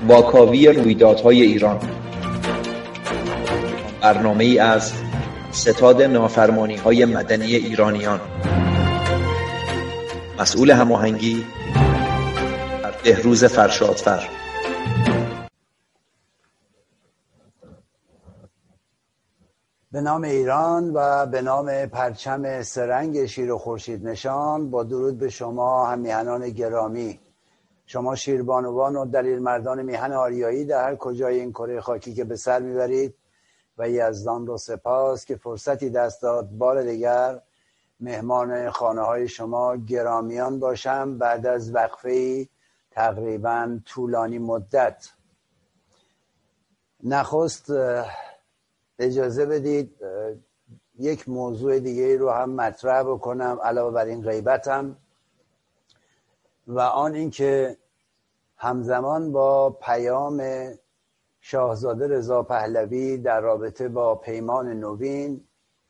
واکاوی رویدادهای ایران، برنامه‌ای از ستاد نافرمانی‌های مدنی ایرانیان. مسئول هماهنگی بهروز فرشادفر. به نام ایران و به نام پرچم سرنگ شیر و خورشید نشان، با درود به شما همیهنان گرامی، شما شیربانوان و دلیل مردان میهن آریایی در هر کجای این کره خاکی که به سر میبرید و یزدان رو سپاس که فرصتی دست داد بار دیگر مهمان خانه های شما گرامیان باشم بعد از وقفه‌ای تقریبا طولانی مدت. نخست اجازه بدید یک موضوع دیگه رو هم مطرح بکنم علاوه بر این غیبتم، و آن این که همزمان با پیام شاهزاده رضا پهلوی در رابطه با پیمان نوین،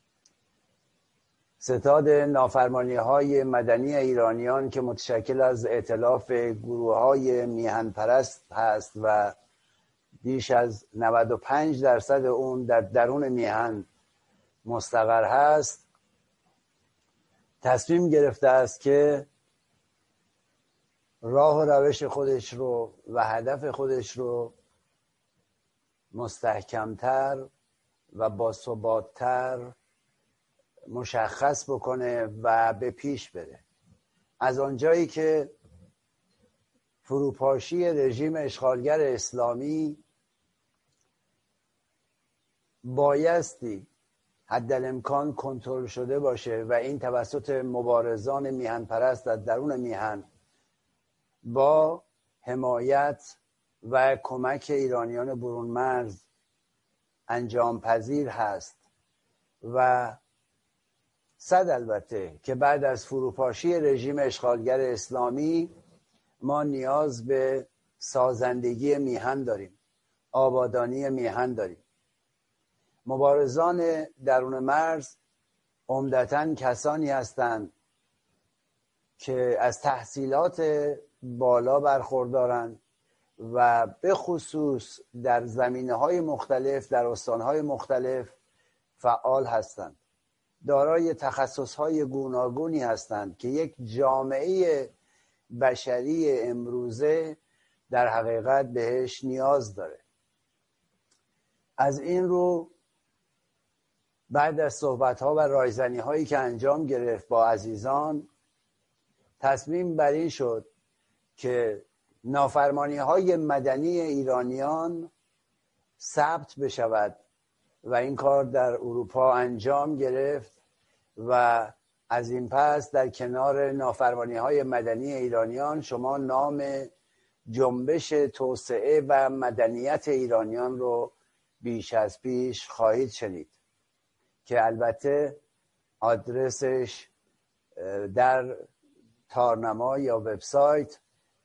ستاد نافرمانی‌های مدنی ایرانیان که متشکل از ائتلاف گروه‌های میهن پرست هست و بیش از 95% اون در درون میهن مستقر هست، تصمیم گرفته است که راه و روش خودش رو و هدف خودش رو مستحکمتر و باثبات‌تر مشخص بکنه و به پیش بره. از آنجایی که فروپاشی رژیم اشغالگر اسلامی بایستی حدالامکان کنترل شده باشه و این توسط مبارزان میهن پرست در درون میهن با حمایت و کمک ایرانیان برون مرز انجام پذیر هست و صد البته که بعد از فروپاشی رژیم اشغالگر اسلامی ما نیاز به سازندگی میهن داریم، آبادانی میهن داریم. مبارزان درون مرز عمدتاً کسانی هستند که از تحصیلات بالا برخوردارند و به خصوص در زمینه‌های مختلف در استان‌های مختلف فعال هستند، دارای تخصص‌های گوناگونی هستند که یک جامعه بشری امروزه در حقیقت بهش نیاز داره. از این رو بعد از صحبت‌ها و رایزنی‌هایی که انجام گرفت با عزیزان، تصمیم بر این شد که نافرمانی‌های مدنی ایرانیان ثبت بشود و این کار در اروپا انجام گرفت و از این پس در کنار نافرمانی‌های مدنی ایرانیان شما نام جنبش توسعه و مدنیت ایرانیان رو بیش از پیش خواهید شنید که البته آدرسش در تارنما یا وبسایت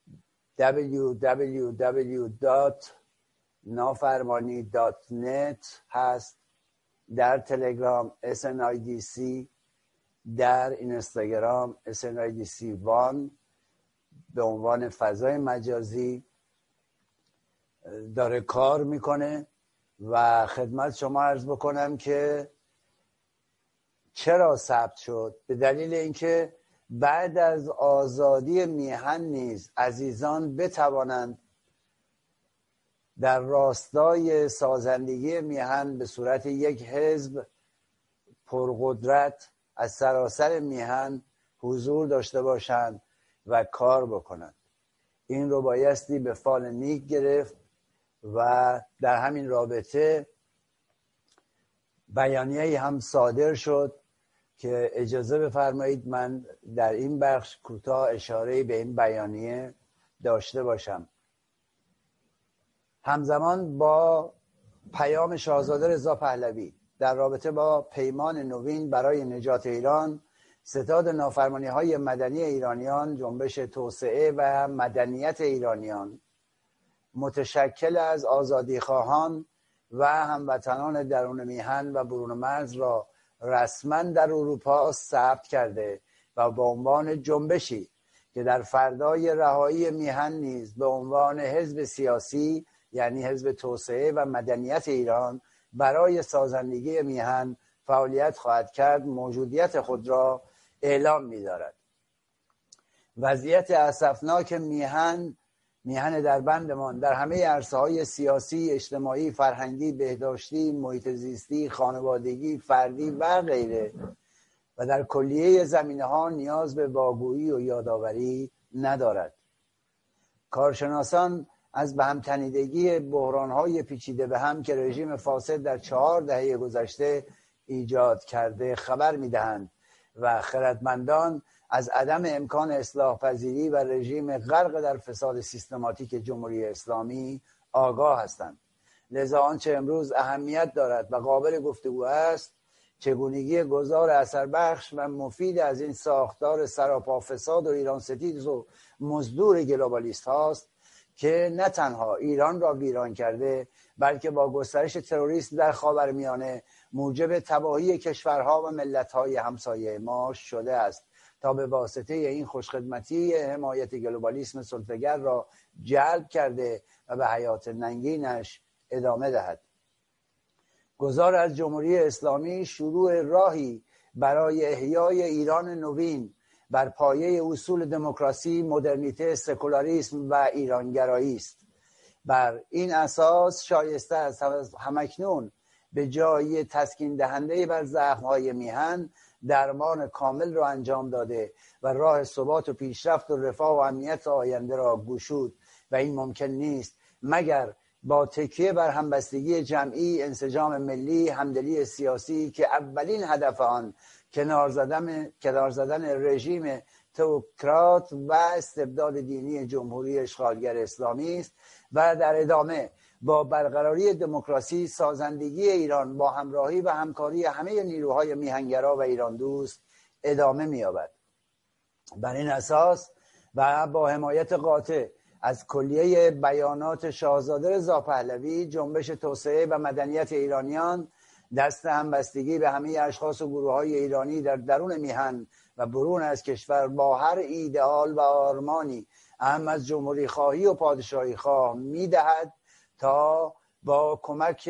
www.nafarmani.net هست، در تلگرام SNIDC، در اینستاگرام SNIDC1 به عنوان فضای مجازی داره کار میکنه. و خدمت شما عرض بکنم که چرا ثبت شد؟ به دلیل اینکه بعد از آزادی میهن نیز عزیزان بتوانند در راستای سازندگی میهن به صورت یک حزب پرقدرت از سراسر میهن حضور داشته باشند و کار بکنند. این رو بایستی به فال نیک گرفت و در همین رابطه بیانیه‌ای هم صادر شد که اجازه بفرمایید من در این بخش کوتاه اشاره‌ای به این بیانیه داشته باشم. همزمان با پیام شاهزاده رضا پهلوی در رابطه با پیمان نوین برای نجات ایران، ستاد نافرمانی‌های مدنی ایرانیان، جنبش توسعه و مدنیت ایرانیان متشکل از آزادیخواهان و هموطنان درون میهن و برون مرز را رسما در اروپا ثبت کرده و با عنوان جنبشی که در فردای رهایی میهن نیز به عنوان حزب سیاسی، یعنی حزب توسعه و مدنیت ایران، برای سازندگی میهن فعالیت خواهد کرد، موجودیت خود را اعلام می‌دارد. وضعیت اسفناک میهن دربندمان در همه عرصه‌های سیاسی، اجتماعی، فرهنگی، بهداشتی، محیط زیستی، خانوادگی، فردی و غیره و در کلیه زمینه‌ها نیاز به واگویی و یادآوری ندارد. کارشناسان از به هم تنیدگی بحران‌های پیچیده به هم که رژیم فاسد در 4 دهه گذشته ایجاد کرده خبر می‌دهند و خردمندان از عدم امکان اصلاح پذیری و رژیم غرق در فساد سیستماتیک جمهوری اسلامی آگاه هستند. لذا آنچه امروز اهمیت دارد و قابل گفتگو است، چگونگی گذار اثربخش و مفید از این ساختار سراپا فساد و ایران ستیز و مزدور گلوبالیست هاست که نه تنها ایران را ویران کرده، بلکه با گسترش تروریسم در خاورمیانه موجب تباهی کشورها و ملت‌های همسایه ما شده است تا به واسطه این خوشخدمتی حمایت گلوبالیسم سلطه‌گر را جلب کرده و به حیات ننگینش ادامه دهد. گذار از جمهوری اسلامی شروع راهی برای احیای ایران نوین بر پایه اصول دموکراسی، مدرنیته، سکولاریسم و ایرانگرایی است. بر این اساس شایسته است همکنون به جای تسکین دهنده بر زخم‌های میهن، درمان کامل را انجام داده و راه ثبات و پیشرفت و رفاه و امنیت آینده را گشود و این ممکن نیست مگر با تکیه بر همبستگی جمعی، انسجام ملی، همدلی سیاسی که اولین هدف آن کنار زدن رژیم تئوکرات و استبداد دینی جمهوری اشغالگر اسلامی است و در ادامه با برقراری دموکراسی، سازندگی ایران با همراهی و همکاری همه نیروهای میهنگرا و ایران دوست ادامه می‌یابد. بر این اساس و با حمایت قاطع از کلیه بیانات شاهزاده رضا پهلوی، جنبش توسعه و مدنیت ایرانیان دست همبستگی به همه اشخاص و گروه‌های ایرانی در درون میهن و برون از کشور با هر ایدئال و آرمانی اهم از جمهوری خواهی و پادشاهی خواه می‌دهد تا با کمک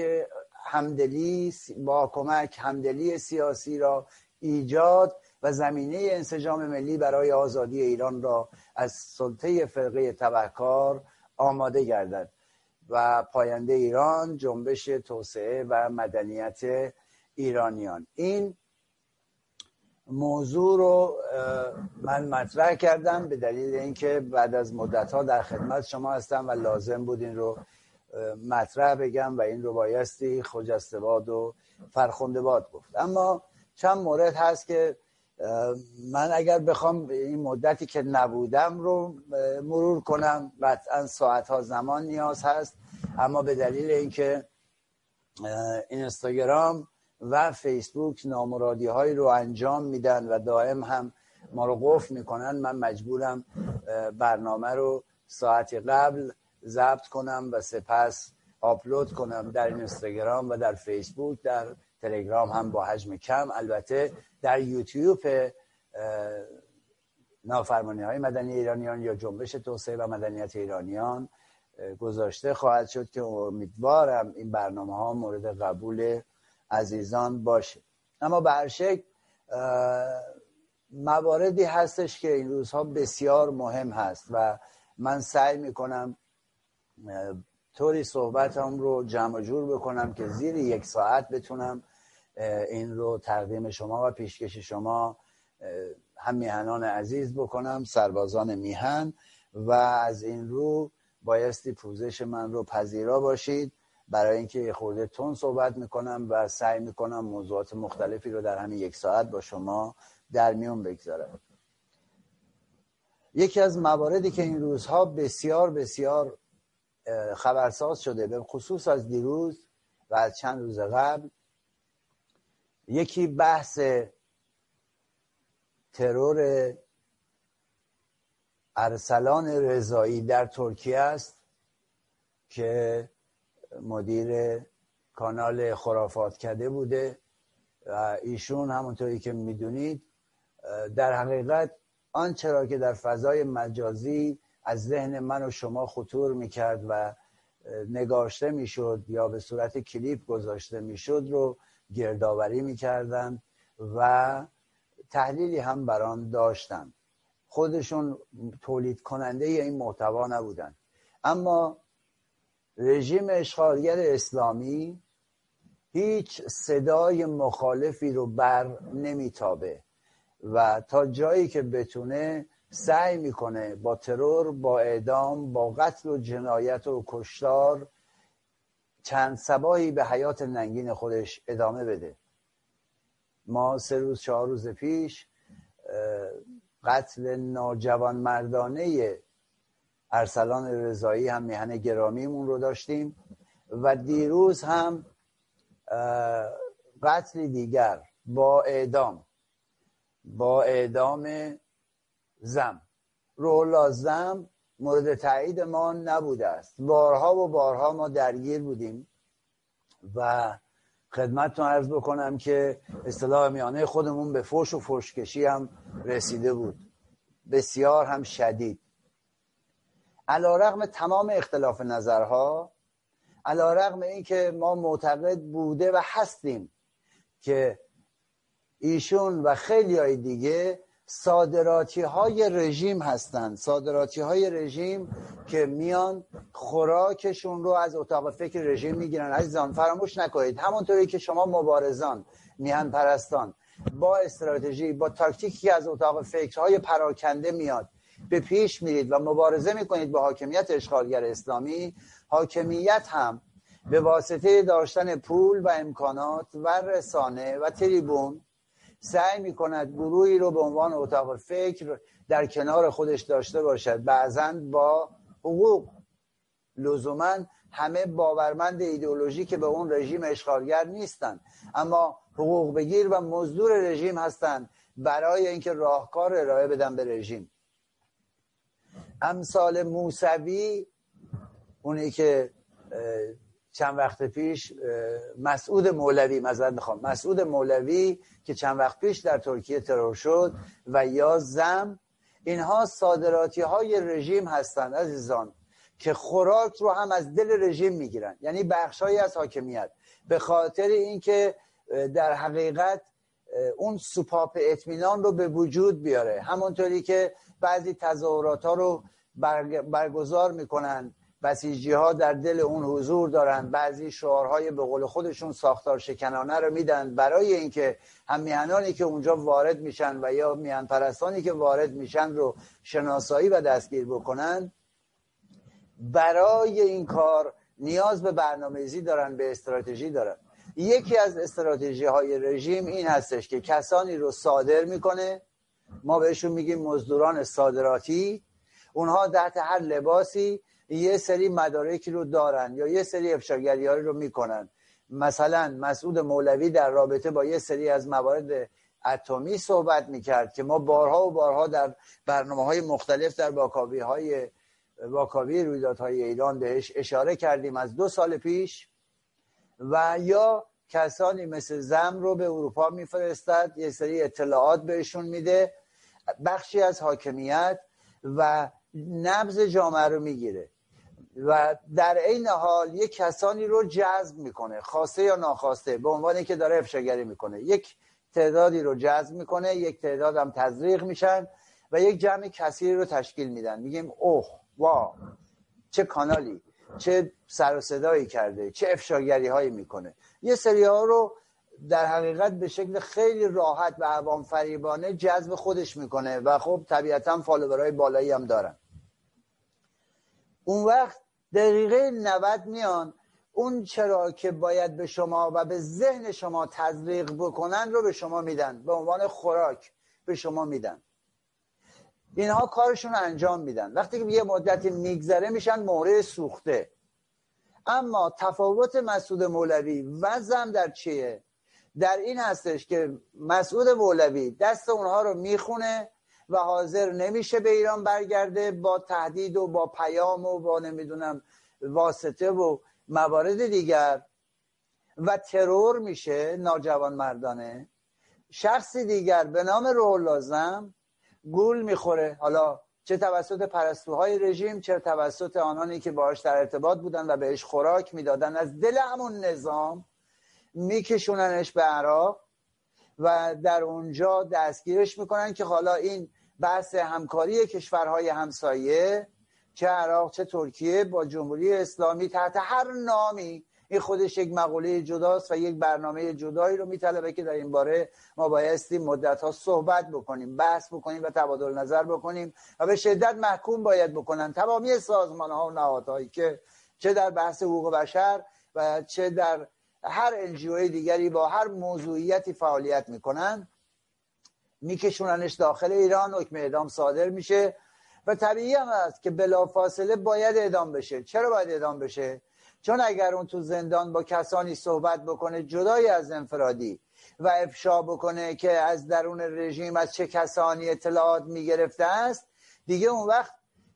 همدلی سیاسی را ایجاد و زمینه انسجام ملی برای آزادی ایران را از سلطه فرقه تبهکار آماده گردد و پاینده ایران جنبش توسعه و مدنیت ایرانیان. این موضوع رو من مطرح کردم به دلیل اینکه بعد از مدت‌ها در خدمت شما هستم و لازم بود این رو مطرح بگم و این رو بایستی خجسته باد و فرخنده باد گفت. اما چند مورد هست که من اگر بخوام این مدتی که نبودم رو مرور کنم قطعا ساعتها زمان نیاز هست، اما به دلیل اینکه اینستاگرام و فیسبوک نامرادی هایی رو انجام میدن و دائم هم ما رو قفل میکنن، من مجبورم برنامه رو ساعتی قبل ضبط کنم و سپس آپلود کنم در اینستاگرام و در فیسبوک، در تلگرام هم با حجم کم. البته در یوتیوب نافرمانی های مدنی ایرانیان یا جنبش توسعه و مدنیت ایرانیان گذاشته خواهد شد که امیدوارم این برنامه ها مورد قبول عزیزان باشه. اما به هر شکل مواردی هستش که این روزها بسیار مهم هست و من سعی میکنم طوری صحبتم رو جمع جور بکنم که زیر 1 ساعت بتونم این رو تقدیم شما و پیشکش شما هم میهنان عزیز بکنم، سربازان میهن، و از این رو بایستی پوزش من رو پذیرا باشید برای اینکه خورده تون صحبت میکنم و سعی میکنم موضوعات مختلفی رو در همین 1 ساعت با شما در میون بگذارم. یکی از مواردی که این روزها بسیار بسیار خبرساز شده، به خصوص از دیروز و از چند روز قبل، یکی بحث ترور ارسلان رضایی در ترکیه است که مدیر کانال خرافات کده بوده و ایشون همونطوری که میدونید در حقیقت آنچه را که در فضای مجازی از ذهن من و شما خطور میکرد و نگاشته میشد یا به صورت کلیپ گذاشته میشد رو گردآوری میکردن و تحلیلی هم برام داشتن. خودشون تولید کننده این محتوا نبودن، اما رژیم اشغالگر اسلامی هیچ صدای مخالفی رو بر نمیتابه و تا جایی که بتونه سعی میکنه با ترور، با اعدام، با قتل و جنایت و کشتار چند صباحی به حیات ننگین خودش ادامه بده. ما 3 روز 4 روز پیش قتل ناجوانمردانه ارسلان رضایی هم میهن گرامیمون رو داشتیم و دیروز هم قتل دیگر با اعدام زم. روح زم مورد تایید ما نبوده است. بارها و بارها ما درگیر بودیم و خدمتتون عرض بکنم که اصطلاح میانه خودمون به فحش و فحشکشی هم رسیده بود، بسیار هم شدید. علیرغم تمام اختلاف نظرها، علیرغم این که ما معتقد بوده و هستیم که ایشون و خیلی های دیگه صادراتی های رژیم هستند، صادراتی های رژیم که میان خوراکشون رو از اتاق فکر رژیم میگیرن. عزیزان فراموش نکنید، همونطوری که شما مبارزان، میهن پرستان با استراتژی، با تاکتیکی از اتاق فکرهای پراکنده میاد به پیش میرید و مبارزه میکنید با حاکمیت اشغالگر اسلامی، حاکمیت هم به واسطه داشتن پول و امکانات و رسانه و تریبون سعی میکند گروهی رو به عنوان اتاق فکر در کنار خودش داشته باشد، بعضاً با حقوق. لزوماً همه باورمند ایدئولوژی که به اون رژیم اشغالگر نیستن، اما حقوق بگیر و مزدور رژیم هستند برای اینکه راهکار ارائه بدن به رژیم. امثال موسوی، اونی که چند وقت پیش مسعود مولوی که چند وقت پیش در ترکیه ترور شد، و یا زم، اینها صادراتی های رژیم هستند عزیزان که خوراک رو هم از دل رژیم میگیرن، یعنی بخشایی از حاکمیت، به خاطر اینکه در حقیقت اون سوپاپ اطمینان رو به وجود بیاره. همونطوری که بعضی تظاهرات ها رو برگزار میکنن، بسیجی ها در دل اون حضور دارن، بعضی شعارهای به قول خودشون ساختار شکنانه رو میدن برای اینکه هم میهنانی که اونجا وارد میشن و یا میهن پرستانی که وارد میشن رو شناسایی و دستگیر بکنن. برای این کار نیاز به برنامه‌ریزی دارن، به استراتژی دارن. یکی از استراتژی های رژیم این هستش که کسانی رو صادر میکنه، ما بهشون میگیم مزدوران صادراتی. اونها تحت هر لباسی یه سری مدارکی رو دارن یا یه سری افشاگری‌ها رو میکنن. مثلا مسعود مولوی در رابطه با یه سری از موارد اتمی صحبت میکرد که ما بارها و بارها در برنامه‌های مختلف در واکاوی رویدادهای ایران بهش اشاره کردیم از 2 سال پیش. و یا کسانی مثل زم رو به اروپا میفرستد، یه سری اطلاعات بهشون میده، بخشی از حاکمیت و نبض جامعه رو میگیره و در این حال یک کسانی رو جذب میکنه، خواسته یا ناخواسته، به عنوانی که داره افشاگری میکنه. یک تعدادی رو جذب میکنه، یک تعداد هم تزریق میشن و یک جمع کثیری رو تشکیل میدن. میگیم اوه وا چه کانالی، چه سر و صدایی کرده، چه افشاگری هایی میکنه. یه سری ها رو در حقیقت به شکل خیلی راحت و عوام فریبانه جذب خودش میکنه و خب طبیعتا فالوورهای بالایی هم دارن. اون وقت دقیقه 90 میان اون چرا که باید به شما و به ذهن شما تزریق بکنن رو به شما میدن، به عنوان خوراک به شما میدن. اینها کارشون رو انجام میدن. وقتی که یه مدتی میگذره میشن مهره سوخته. اما تفاوت مسعود مولوی و زم در چیه؟ در این هستش که مسعود مولوی دست اونها رو میخونه و حاضر نمیشه به ایران برگرده، با تهدید و با پیام و با نمیدونم واسطه و موارد دیگر، و ترور میشه ناجوانمردانه. شخصی دیگر به نام روح لازم گول میخوره، حالا چه توسط پرستوهای رژیم، چه توسط آنانی که باهاش در ارتباط بودن و بهش خوراک میدادن، از دل همون نظام میکشوننش به عراق و در اونجا دستگیرش میکنن که حالا این بحث همکاری کشورهای همسایه، چه عراق چه ترکیه، با جمهوری اسلامی تحت هر نامی، این خودش یک مقوله جداست و یک برنامه جدایی رو میطلبه که در این باره ما بایستی مدت‌ها صحبت بکنیم، بحث بکنیم و تبادل نظر بکنیم و به شدت محکوم باید بکنن تمامی سازمان‌ها و نهادهایی که چه در بحث حقوق بشر و چه در هر انجیوی دیگری با هر موضوعیتی فعالیت میکنن، میکشوننش داخل ایران، حکم اعدام صادر میشه و طبیعی هم است که بلافاصله باید اعدام بشه. چرا باید اعدام بشه؟ چون اگر اون تو زندان با کسانی صحبت بکنه جدای از انفرادی و افشا بکنه که از درون رژیم از چه کسانی اطلاعات میگرفته است، دیگه اون وقت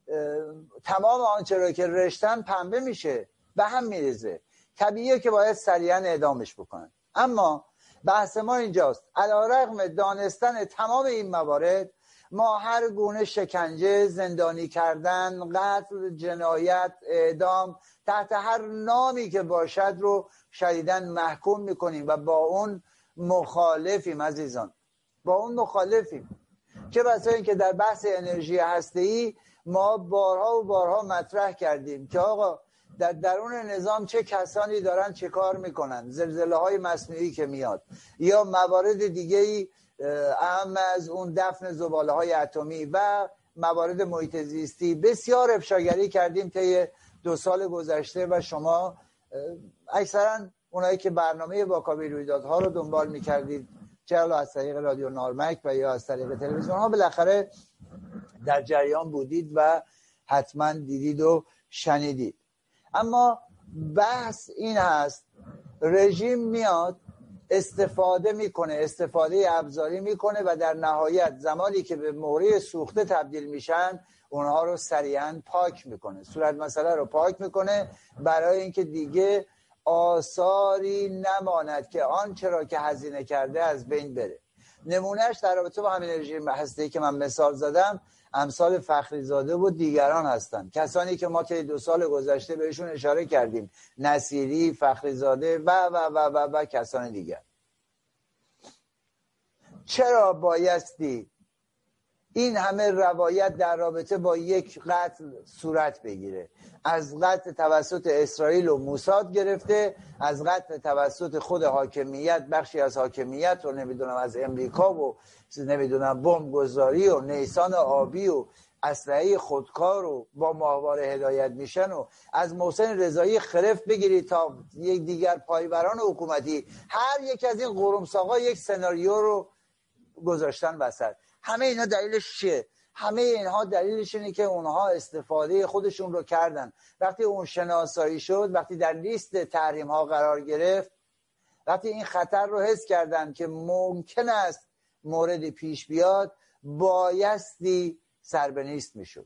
تمام آنچه را که رشتن پنبه میشه، به هم میریزه. طبیعیه که باید سریعا اعدامش بکنن. اما بحث ما اینجاست، علیرغم دانستن تمام این موارد، ما هر گونه شکنجه، زندانی کردن، قتل، جنایت، اعدام تحت هر نامی که باشد رو شدیداً محکوم میکنیم و با اون مخالفیم عزیزان، با اون مخالفیم. چه بسا این که در بحث انرژی هسته‌ای ما بارها و بارها مطرح کردیم که آقا در درون نظام چه کسانی دارن چه کار میکنن، زلزله های مصنوعی که میاد یا موارد دیگه‌ای اهم از اون دفن زباله های اتمی و موارد محیط زیستی، بسیار افشاگری کردیم طی 2 سال گذشته و شما اکثرا اونایی که برنامه واکاوی رویدادها رو دنبال میکردید، چه از طریق رادیو نارمک و یا از طریق تلویزیون ها، بالاخره در جریان بودید و حتما دیدید و شنیدید. اما بحث این هست، رژیم میاد استفاده میکنه، استفاده ابزاری میکنه و در نهایت زمانی که به مهره سوخته تبدیل میشن اونها رو سریعا پاک میکنه، صورت مسئله رو پاک میکنه برای اینکه دیگه آثاری نماند که آنچه را که هزینه کرده از بین بره. نمونهش در رابطه با همین انرژی هسته‌ای که من مثال زدم، امثال فخری زاده و دیگران هستند، کسانی که ما طی 2 سال گذشته بهشون اشاره کردیم، نصیری، فخری زاده و کسان دیگر. چرا بایستی این همه روایت در رابطه با یک قتل صورت بگیره؟ از قتل توسط اسرائیل و موساد گرفته، از قتل توسط خود حاکمیت، بخشی از حاکمیت و نمیدونم از امریکا و نمیدونم بمبگذاری و نیسان آبی و اسلحه خودکار و با ماهواره هدایت میشن و از محسن رضایی خرف بگیرید تا یک دیگر پایبران حکومتی، هر یک از این قرمساقا یک سناریو رو گذاشتن وسط. همه اینا دلیلش چیه؟ همه اینها دلیلش اینه که اونها استفاده خودشون رو کردن. وقتی اون شناسایی شد، وقتی در لیست تحریم ها قرار گرفت، وقتی این خطر رو حس کردن که ممکن است موردی پیش بیاد، بایستی سربنیست میشد.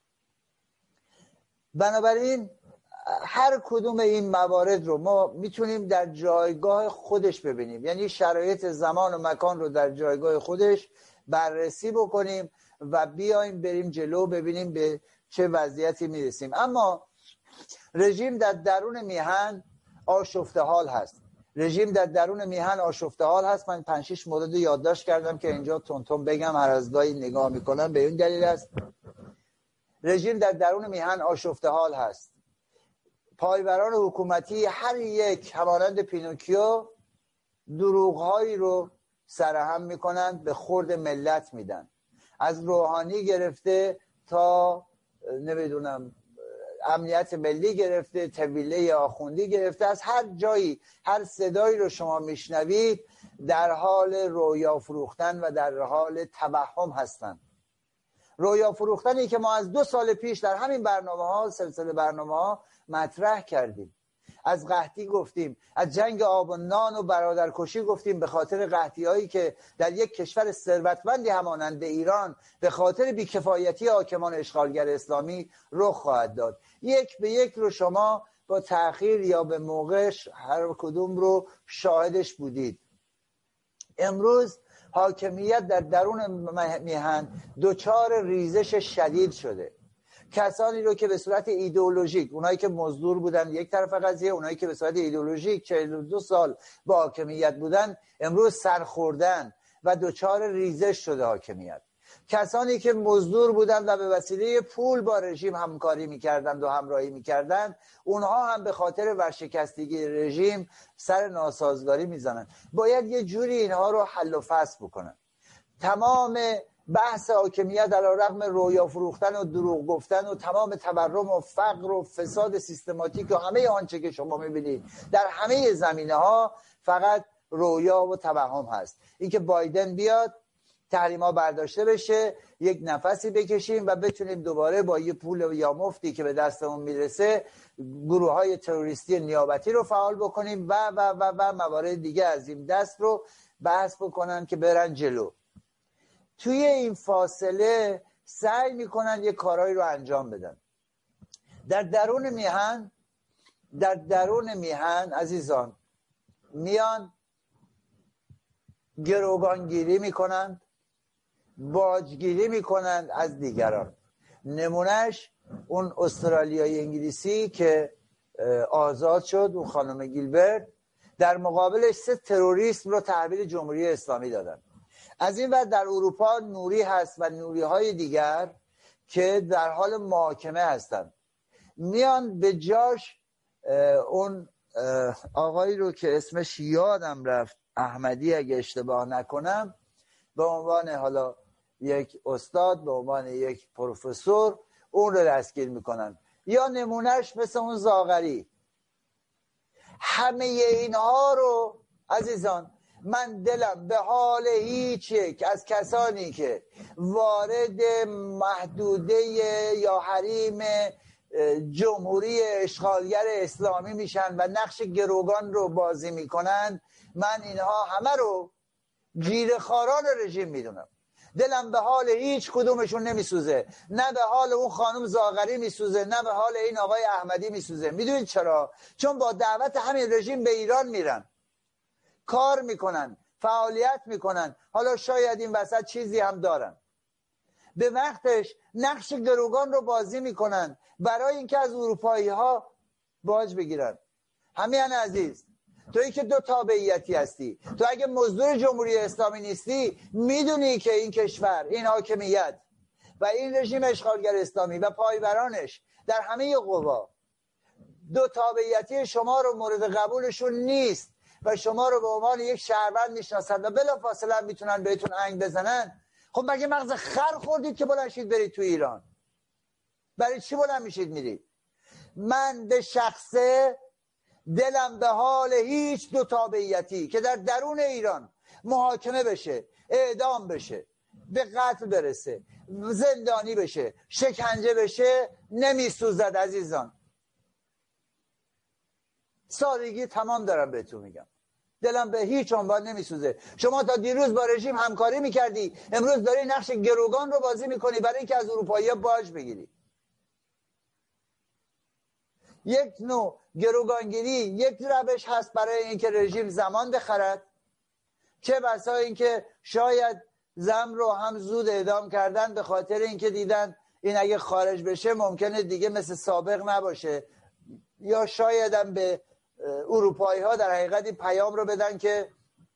بنابراین هر کدوم این موارد رو ما میتونیم در جایگاه خودش ببینیم، یعنی شرایط زمان و مکان رو در جایگاه خودش بررسی بکنیم و بیایم بریم جلو، ببینیم به چه وضعیتی میرسیم. اما رژیم در درون میهن آشفته حال هست. رژیم در درون میهن آشفته حال هست. من 5-6 مورد یادداشت کردم که اینجا تونتون بگم، هر از گاهی نگاه میکنم، به این دلیل است. رژیم در درون میهن آشفته حال هست. پایبران حکومتی هر یک همانند پینوکیو دروغ‌هایی رو سرهم میکنن، به خورد ملت میدن. از روحانی گرفته تا نمیدونم امنیت ملی گرفته، طویله آخوندی گرفته، از هر جایی هر صدایی رو شما میشنوید در حال رویا فروختن و در حال توهم هستن. رویا فروختنی که ما از 2 سال پیش در همین برنامه‌ها، سلسله برنامه‌ها مطرح کردیم. از قحطی گفتیم، از جنگ آب و نان و برادرکشی گفتیم، به خاطر قحطی‌هایی که در یک کشور ثروتمندی همانند ایران به خاطر بیکفایتی حاکمان اشغالگر اسلامی رخ خواهد داد. یک به یک رو شما با تأخیر یا به موقعش هر کدوم رو شاهدش بودید. امروز حاکمیت در درون میهن دچار ریزش شدید شده. کسانی رو که به صورت ایدئولوژیک، اونایی که مزدور بودن یک طرف قضیه، اونایی که به صورت ایدئولوژیک 42 سال با حاکمیت بودن امروز سرخوردن و دچار ریزش شده حاکمیت. کسانی که مزدور بودن و به وسیله پول با رژیم همکاری میکردند و همراهی میکردند، اونها هم به خاطر ورشکستگی رژیم سر ناسازگاری میزنن. باید یه جوری اینها رو حل و فصل بکنن. تمام بحث حاکمیت علیرغم رویا فروختن و دروغ گفتن و تمام تورم و فقر و فساد سیستماتیک و همه آنچه که شما میبینید در همه زمینه‌ها فقط رویا و توهم هست. اینکه بایدن بیاد، تحریم‌ها برداشته بشه، یک نفسی بکشیم و بتونیم دوباره با یه پول یا مفتی که به دستمون میرسه گروه‌های تروریستی نیابتی رو فعال بکنیم و موارد دیگه از این دست رو بحث بکنن که برن جلو. توی این فاصله سعی میکنن یه کارهایی رو انجام بدن. در درون میهن عزیزان میان گروگانگیری میکنند، باجگیری میکنند از دیگران. نمونهش اون استرالیایی انگلیسی که آزاد شد، اون خانم گیلبرت، در مقابلش 3 تروریسم رو تحویل جمهوری اسلامی دادن. از این ور در اروپا نوری هست و نوری های دیگر که در حال محاکمه هستند. میان به جاش اون آقایی رو که اسمش یادم رفت، احمدی اگه اشتباه نکنم، به عنوان حالا یک استاد، به عنوان یک پروفسور اون رو دستگیر میکنن. یا نمونهش مثل اون زاغری. همه اینها رو عزیزان من دلم به حال هیچ یک از کسانی که وارد محدوده یا حریم جمهوری اشغالگر اسلامی میشن و نقش گروگان رو بازی میکنن، من اینها همه رو گیره‌خواران رژیم میدونم. دلم به حال هیچ کدومشون نمیسوزه. نه به حال اون خانم زاغری میسوزه، نه به حال این آقای احمدی میسوزه. میدونید چرا؟ چون با دعوت همین رژیم به ایران میرن، کار میکنن، فعالیت میکنن، حالا شاید این وسط چیزی هم دارن. به وقتش نقش گروگان رو بازی میکنن برای اینکه از اروپایی ها باج بگیرن. همین عزیز، تویی که 2 تابعیتی هستی، تو اگه مزدور جمهوری اسلامی نیستی، میدونی که این کشور، این حاکمیت و این رژیم اشغالگر اسلامی و پایبرانش در همه قوا 2 تابعیتی شما رو مورد قبولشون نیست و شما رو به عنوان یک شهروند میشناسند و بلافاصله میتونن بهتون انگ بزنن. خب مگه مغز خر خوردید که بلند شید برید تو ایران؟ برای چی بلند میشید میرید؟ من به شخصه دلم به حال هیچ 2 تابعیتی که در درون ایران محاکمه بشه، اعدام بشه، به قتل برسه، زندانی بشه، شکنجه بشه نمیسوزد عزیزان. سادگی تمام دارم بهتون میگم، دلم به هیچ عنوان نمیسوزه. شما تا دیروز با رژیم همکاری میکردی، امروز داری نقش گروگان رو بازی میکنی برای اینکه از اروپایی باج بگیری. یک نوع گروگانگیری یک روش هست برای اینکه رژیم زمان بخرد، چه بسا اینکه شاید زم رو هم زود اعدام کردن به خاطر اینکه دیدن این اگه خارج بشه ممکنه دیگه مثل سابق نباشه، یا شاید هم به اروپایی ها در حقیقت پیام رو بدن که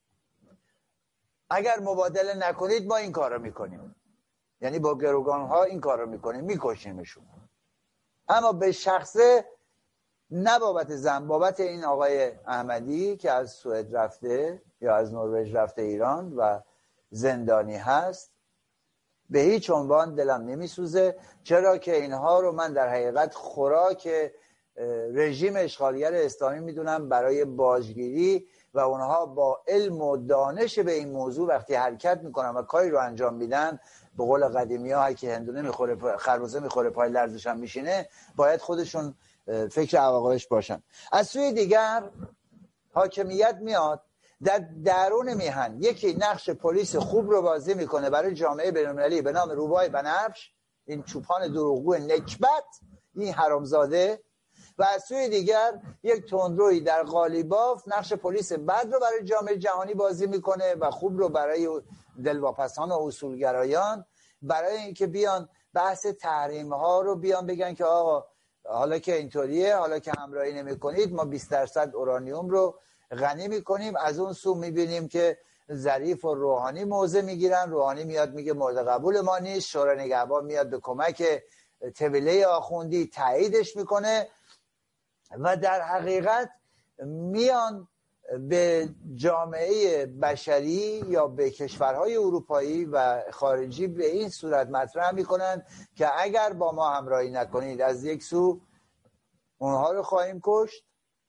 اگر مبادله نکنید ما این کار رو میکنیم، یعنی با گروگان ها این کار رو میکنیم، میکشیمشون. اما به شخصه نه بابت زن، بابت این آقای احمدی که از سوئد رفته یا از نروژ رفته ایران و زندانی هست، به هیچ عنوان دلم نمیسوزه. چرا که اینها رو من در حقیقت خوراک رژیم اشغالگر اسلامی میدونم برای باجگیری و اونها با علم و دانش به این موضوع وقتی حرکت میکنن و کاری رو انجام میدن، به قول قدیمی ها که هندونه میخوره خربزه میخوره پای لرزش هم میشینه، باید خودشون فکر عواقبش باشن. از سوی دیگر حاکمیت میاد در درون میهن یکی نقش پلیس خوب رو بازی میکنه برای جامعه بین‌المللی به نام روباه بنفش، این چوپان دروغگو نکبت، این حرامزاده، و از سوی دیگر یک تندروی در قالیباف نقش پلیس بد رو برای جامعه جهانی بازی میکنه و خوب رو برای دلواپسان و اصولگرایان برای اینکه بیان بحث تحریم ها رو بیان بگن که آقا حالا که اینطوریه، حالا که همراهی نمی کنید ما 20% اورانیوم رو غنی میکنیم. از اون سو میبینیم که ظریف و روحانی موضع میگیرن، روحانی میاد میگه مورد قبول ما نیست، شورای نگهبان میاد به کمک طویله آخوندی تاییدش میکنه و در حقیقت میان به جامعه بشری یا به کشورهای اروپایی و خارجی به این صورت مطرح میکنن که اگر با ما همراهی نکنید از یک سو اونها رو خواهیم کشت،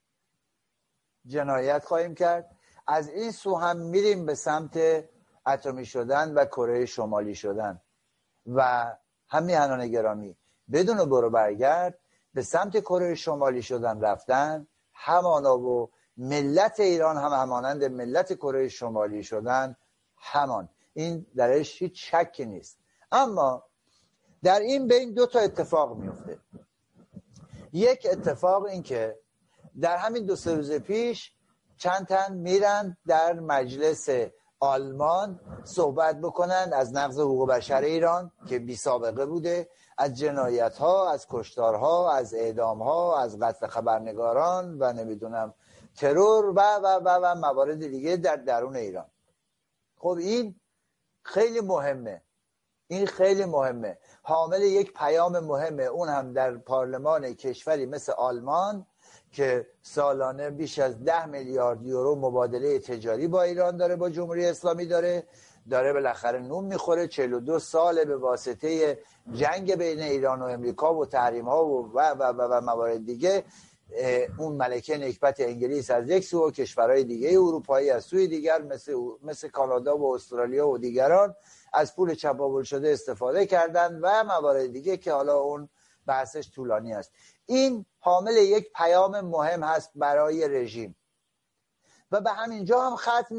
جنایت خواهیم کرد، از این سو هم میریم به سمت اتمی شدن و کره شمالی شدن و همیهنان گرامی بدون برو برگرد به سمت کره شمالی شدن رفتن همانا و ملت ایران هم همانند ملت کره شمالی شدن همان، این درش هیچ شکی نیست. اما در این بین دو تا اتفاق میفته. یک اتفاق این که در همین 2-3 روز پیش چند تن میرن در مجلس آلمان صحبت بکنن از نقض حقوق بشر ایران که بی سابقه بوده، از جنایت ها، از کشتار ها، از اعدام ها، از قتل خبرنگاران و نمیدونم ترور و موارد دیگه در درون ایران. خب این خیلی مهمه، این خیلی مهمه، حامل یک پیام مهمه، اون هم در پارلمان کشوری مثل آلمان که سالانه بیش از 10 میلیارد یورو مبادله تجاری با ایران داره، با جمهوری اسلامی داره بالاخره نون میخوره. 42 سال به واسطه جنگ بین ایران و امریکا و تحریم ها و موارد دیگه، اون ملکه نکبت انگلیس از یک سو و کشورهای دیگه اروپایی از سوی دیگر مثل کانادا و استرالیا و دیگران از پول چپاول شده استفاده کردن و موارد دیگه که حالا اون بحثش طولانی است. این حامل یک پیام مهم هست برای رژیم و به همینجا هم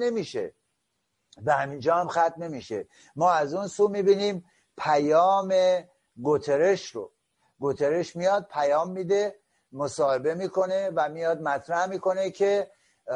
ختم نمیشه. ما از اون سو میبینیم پیام گوترش رو. گوترش میاد پیام میده، مصاحبه میکنه و میاد مطرح میکنه که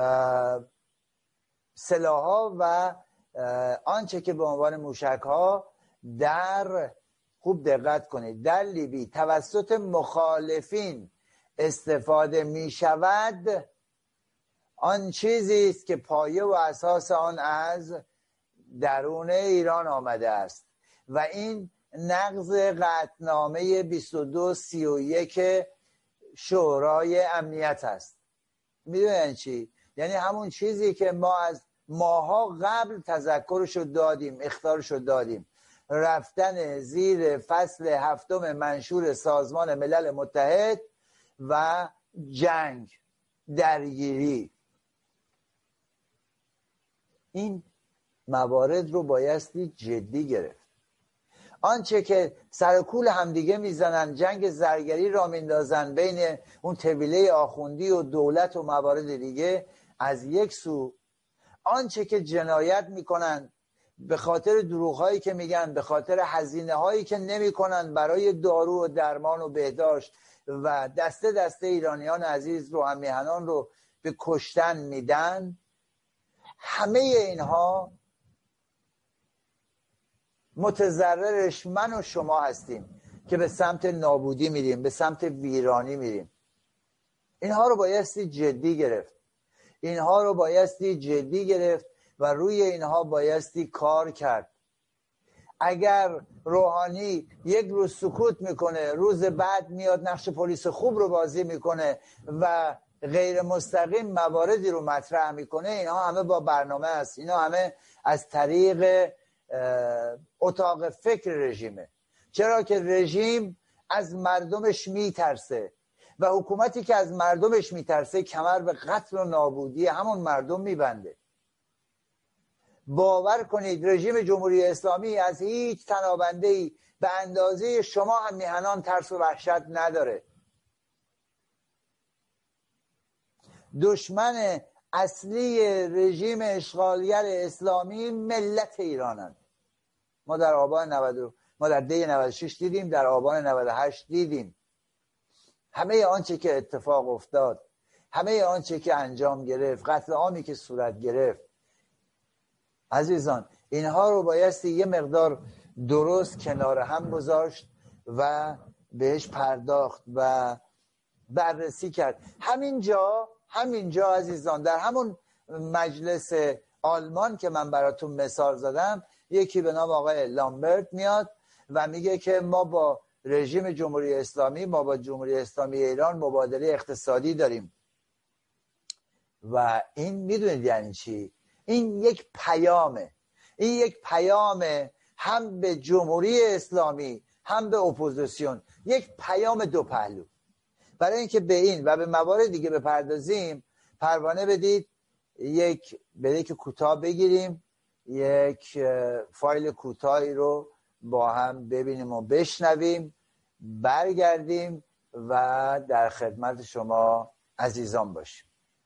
سلاح‌ها و آنچه که به عنوان موشک‌ها در، خوب دقت کنید، در لیبی توسط مخالفین استفاده می شود، آن چیزی است که پایه و اساس آن از درون ایران آمده است و این نقض قطعنامه 2231 شورای امنیت است. میدونین چی؟ یعنی همون چیزی که ما از ماها قبل تذکرشو دادیم، اخطارشو دادیم، رفتن زیر فصل 7 منشور سازمان ملل متحد و جنگ، درگیری. این موارد رو بایستی جدی گرفت. آنچه که سر کول همدیگه میزنن، جنگ زرگری را میندازن بین اون طویله آخوندی و دولت و موارد دیگه از یک سو، آنچه که جنایت میکنن به خاطر دروغ‌هایی که میگن، به خاطر هزینه‌هایی که نمیکنن برای دارو و درمان و بهداشت و دسته دسته ایرانیان عزیز رو، هم میهنان رو به کشتن میدن، همه اینها متضررش من و شما هستیم که به سمت نابودی میریم، به سمت ویرانی میریم. اینها رو بایستی جدی گرفت و روی اینها بایستی کار کرد. اگر روحانی یک روز سکوت میکنه، روز بعد میاد نقش پلیس خوب رو بازی میکنه و غیر مستقیم مواردی رو مطرح میکنه، اینها همه با برنامه است، اینا همه از طریق اتاق فکر رژیمه. چرا که رژیم از مردمش میترسه و حکومتی که از مردمش میترسه کمر به قتل و نابودی همون مردم میبنده. باور کنید رژیم جمهوری اسلامی از هیچ تنابنده‌ای به اندازه شما هم میهنان ترس و وحشت نداره. دشمن اصلی رژیم اشغالگر اسلامی ملت ایرانند. ما در آبان 90، ما در دی 96 دیدیم، در آبان 98 دیدیم. همه آنچه که اتفاق افتاد، همه آنچه که انجام گرفت، قتل عامی که صورت گرفت، عزیزان اینها رو بایستی یه مقدار درست کنار هم گذاشت و بهش پرداخت و بررسی کرد. همینجا عزیزان، در همون مجلس آلمان که من براتون مثال زدم، یکی به نام آقای لامبرت میاد و میگه که ما با رژیم جمهوری اسلامی، ما با جمهوری اسلامی ایران مبادله اقتصادی داریم. و این میدونید یعنی چی؟ این یک پیامه. این یک پیامه هم به جمهوری اسلامی هم به اپوزیسیون، یک پیام دو پهلو. برای اینکه به این و به موارد دیگه بپردازیم، پروانه بدید که کوتاه بگیریم، یک فایل کوتاهی رو با هم ببینیم و بشنویم، برگردیم و در خدمت شما عزیزان باشیم.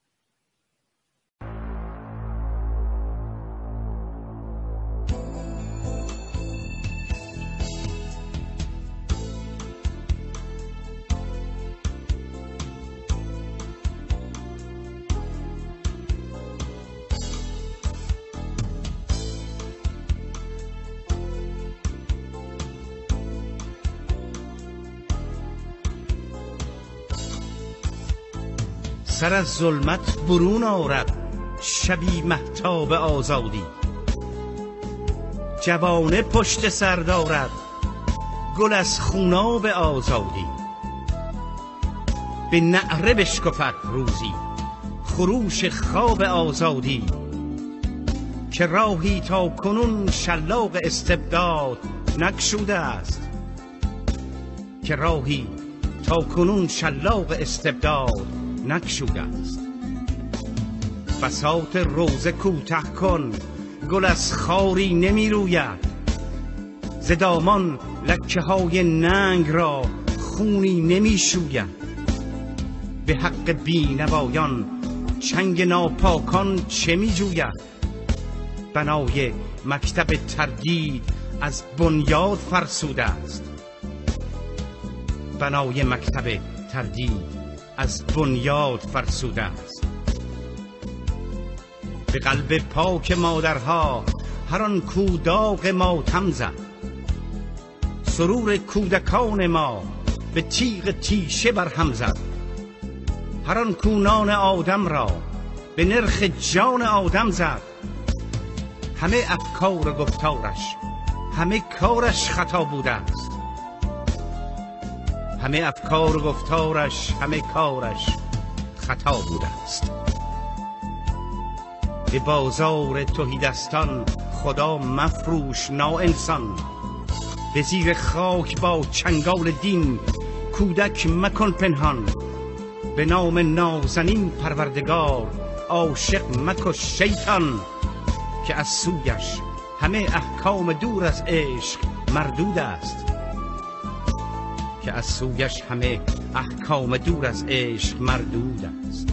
سر از ظلمت برون آرد شبی مهتاب آزادی، جوانه پشت سر دارد گل از خوناب آزادی. به نعره بشکفد روزی خروش خواب آزادی، که راهی تا کنون شلاق استبداد نگشوده است، که راهی تا کنون شلاق استبداد نگشوده است. بساط روزه کوته کن گل از خاری نمی روید، ز دامان لکه های ننگ را خونی نمی شوید. به حق بینوایان چنگ ناپاکان چه می جوید، بنای مکتب تردید از بنیاد فرسوده است. بنای مکتب تردید از بنیاد فرسوده است. به قلب پاک مادرها هر آن کو داغ ماتم زد، سرور کودکان ما به تیغ تیشه برهم زد. هر آن کو نان آدم را به نرخ جان آدم زد، همه افکار و گفتارش همه کارش خطا بوده است. همه افکار و گفتارش همه کارش خطا بوده است. به بازار تهیدستان خدا مفروش ناانسان، به زیر خاک با چنگال دین کودک مکن پنهان. به نام نازنین پروردگار عاشق مکش شیطان، که از سویش همه احکام دور از عشق مردود است. که از سویش همه احکام دور از عشق مردود است.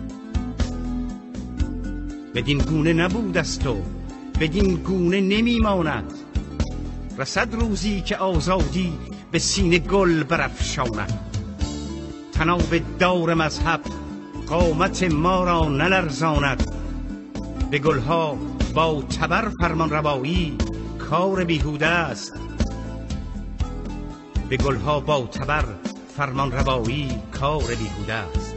بدین گونه نبود است و بدین گونه نمیماند، رسد روزی که آزادی به سینه گل برافشاند. طناب دار مذهب قامت ما را نلرزاند، به گلها با تبر فرمان روایی کار بیهوده است. به گلها با تبر فرمان روایی کار بیهوده است.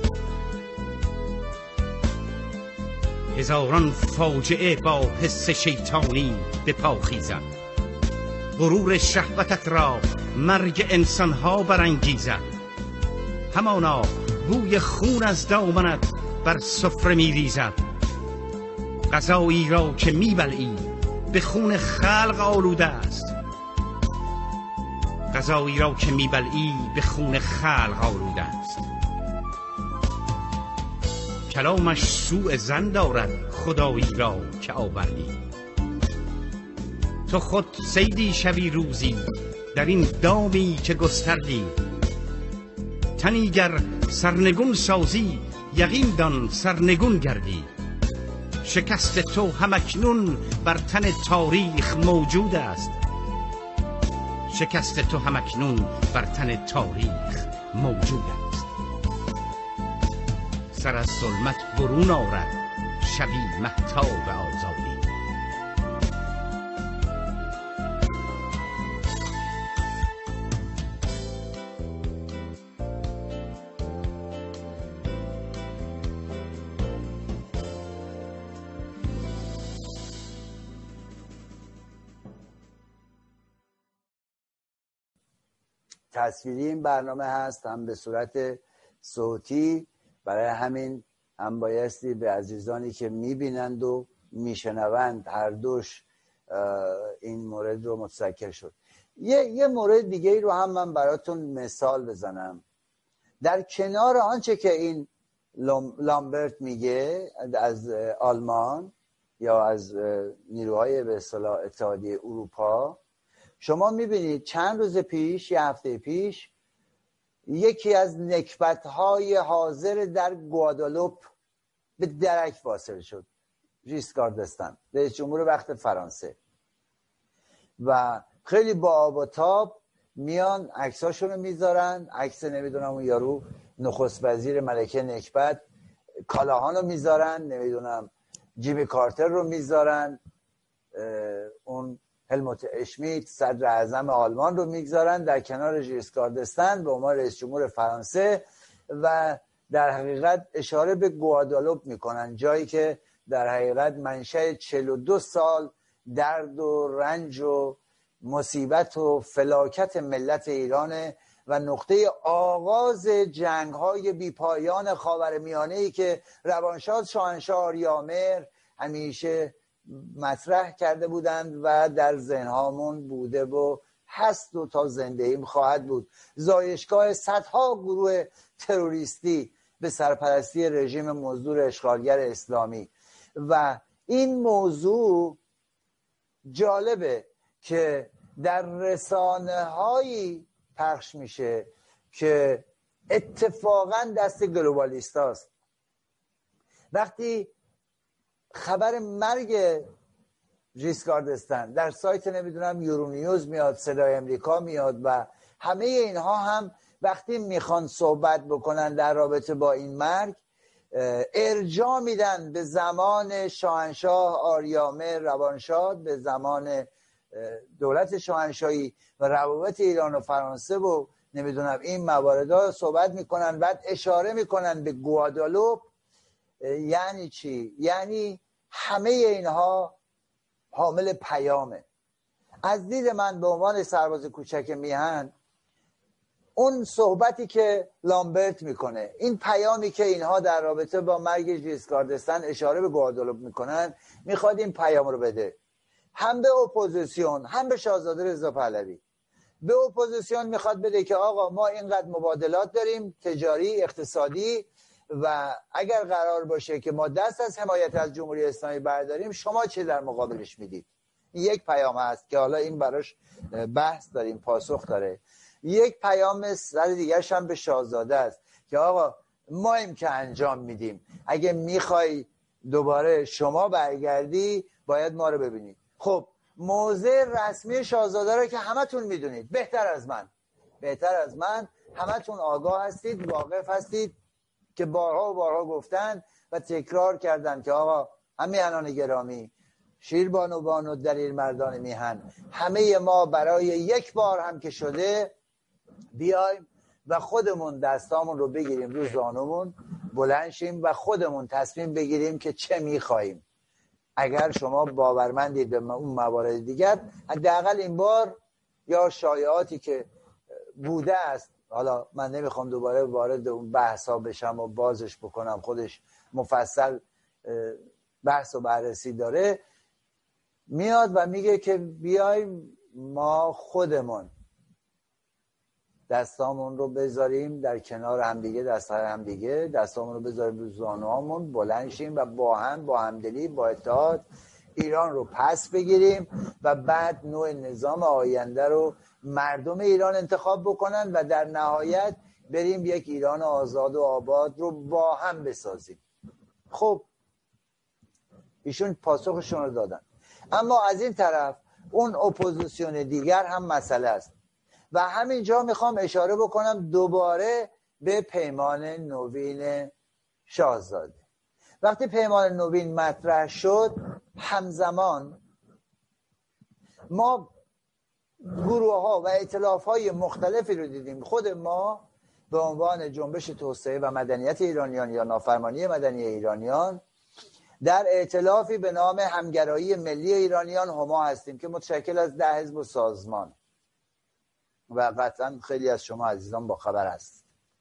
هزاران فاجعه با حس شیطانی به پا خیزد، غرور شهوتت را مرگ انسانها برانگیزد. همانا بوی خون از دامنت بر سفره میریزد، غذایی را که میبلعی به خون خلق آلوده است. غذایی را که میبلعی به خون خلق آلوده است. کلامش سوء ظن دارد خدایی را که آوردی، تو خود صیدی شوی روزی در این دامی که گستردی. تنی گر سرنگون سازی یقین دان سرنگون گردی، شکست تو همکنون بر تن تاریخ موجود است. شکست تو همکنون بر تن تاریخ موجود است. سر از ظلمت برون آرد شبی مهتاب آزادی، تصویری این برنامه هست، هم به صورت صوتی. برای همین هم بایستی به عزیزانی که میبینند و میشنوند هر دوش این مورد رو متذکر شد. یه مورد دیگه ای رو هم من براتون مثال بزنم. در کنار آنچه که این لامبرت میگه از آلمان یا از نیروهای به اصطلاح اتحادیه اروپا، شما میبینید چند روز پیش، یه هفته پیش، یکی از نکبت‌های حاضر در گوادالوپ به درک واصل شد. ژیسکار دستن، رئیس جمهور وقت فرانسه، و خیلی با آب و تاب میان عکساشون رو میذارن، عکس نمیدونم اون یارو نخست وزیر ملکه نکبت، کالاهان رو میذارن، نمیدونم جیمی کارتر رو میذارن، اون هلموت اشمیت صدر اعظم آلمان رو میگذارن در کنار ژیسکار دستن به عنوان رئیس جمهور فرانسه، و در حقیقت اشاره به گوادالوپ میکنن، جایی که در حقیقت منشأ 42 سال درد و رنج و مصیبت و فلاکت ملت ایرانه و نقطه آغاز جنگ‌های بی‌پایان خاورمیانه‌ای که روانشاد شاهنشاه آریامهر همیشه مطرح کرده بودند و در ذهن‌هامون بوده و هست و تا زندگیم خواهد بود. زایشگاه صدها گروه تروریستی به سرپرستی رژیم مزدور اشغالگر اسلامی. و این موضوع جالبه که در رسانه‌هایی پخش میشه که اتفاقا دست گلوبالیست هاست. وقتی خبر مرگ ژیسکار دستن در سایت نمیدونم یورونیوز میاد، صدای امریکا میاد و همه اینها هم وقتی میخوان صحبت بکنن در رابطه با این مرگ ارجاع میدن به زمان شاهنشاه آریامهر روانشاد، به زمان دولت شاهنشاهی و روابط ایران و فرانسه و نمیدونم این مواردا صحبت میکنن، بعد اشاره میکنن به گوادالوپ. یعنی چی؟ یعنی همه اینها حامل پیامه. از دید من به عنوان سرباز کوچک میهن، اون صحبتی که لامبرت میکنه، این پیامی که اینها در رابطه با مرگ ژیسکار دستن اشاره به گوادالوپ میکنن، میخواد این پیام رو بده هم به اپوزیسیون هم به شاهزاده رضا پهلوی. به اپوزیسیون میخواد بده که آقا ما اینقدر مبادلات داریم تجاری اقتصادی و اگر قرار باشه که ما دست از حمایت از جمهوری اسلامی برداریم شما چه در مقابلش میدید. یک پیام هست که حالا این براش بحث داریم، پاسخ داره. یک پیام سر دیگرش هم به شاهزاده است که آقا ما این که انجام میدیم، اگه میخوای دوباره شما برگردی باید ما رو ببینید. خب موضع رسمی شاهزاده رو که همتون میدونید بهتر از من همتون آگاه هستید، واقف هستید که بارها و بارها گفتن و تکرار کردن که آقا همیهنان گرامی، شیربانوان و دلیر مردان میهن، همه ما برای یک بار هم که شده بیایم و خودمون دستامون رو بگیریم رو زانومون بلند شیم و خودمون تصمیم بگیریم که چه میخواییم. اگر شما باورمندید به اون موارد دیگر، حداقل این بار یا شایعاتی که بوده است، حالا من نمیخوام دوباره وارد اون بحثا بشم و بازش بکنم، خودش مفصل بحث و بررسی داره، میاد و میگه که بیایم ما خودمون دستامون رو بذاریم در کنار همدیگه، دستامون رو بذاریم رو زانوامون بلند شیم و با همدلی با اتحاد ایران رو پس بگیریم و بعد نوع نظام آینده رو مردم ایران انتخاب بکنن و در نهایت بریم یک ایران آزاد و آباد رو با هم بسازیم. خب ایشون پاسخشون رو دادن، اما از این طرف اون اپوزیسیون دیگر هم مسئله است و همینجا میخوام اشاره بکنم دوباره به پیمان نوین شاهزاده. وقتی پیمان نوین مطرح شد، همزمان ما گروه ها و ائتلاف های مختلفی رو دیدیم. خود ما به عنوان جنبش توسعه و مدنیت ایرانیان یا نافرمانی مدنی ایرانیان در ائتلافی به نام همگرایی ملی ایرانیان هما هستیم که متشکل از 10 حزب و سازمان. و قطعا خیلی از شما عزیزان با خبر هست.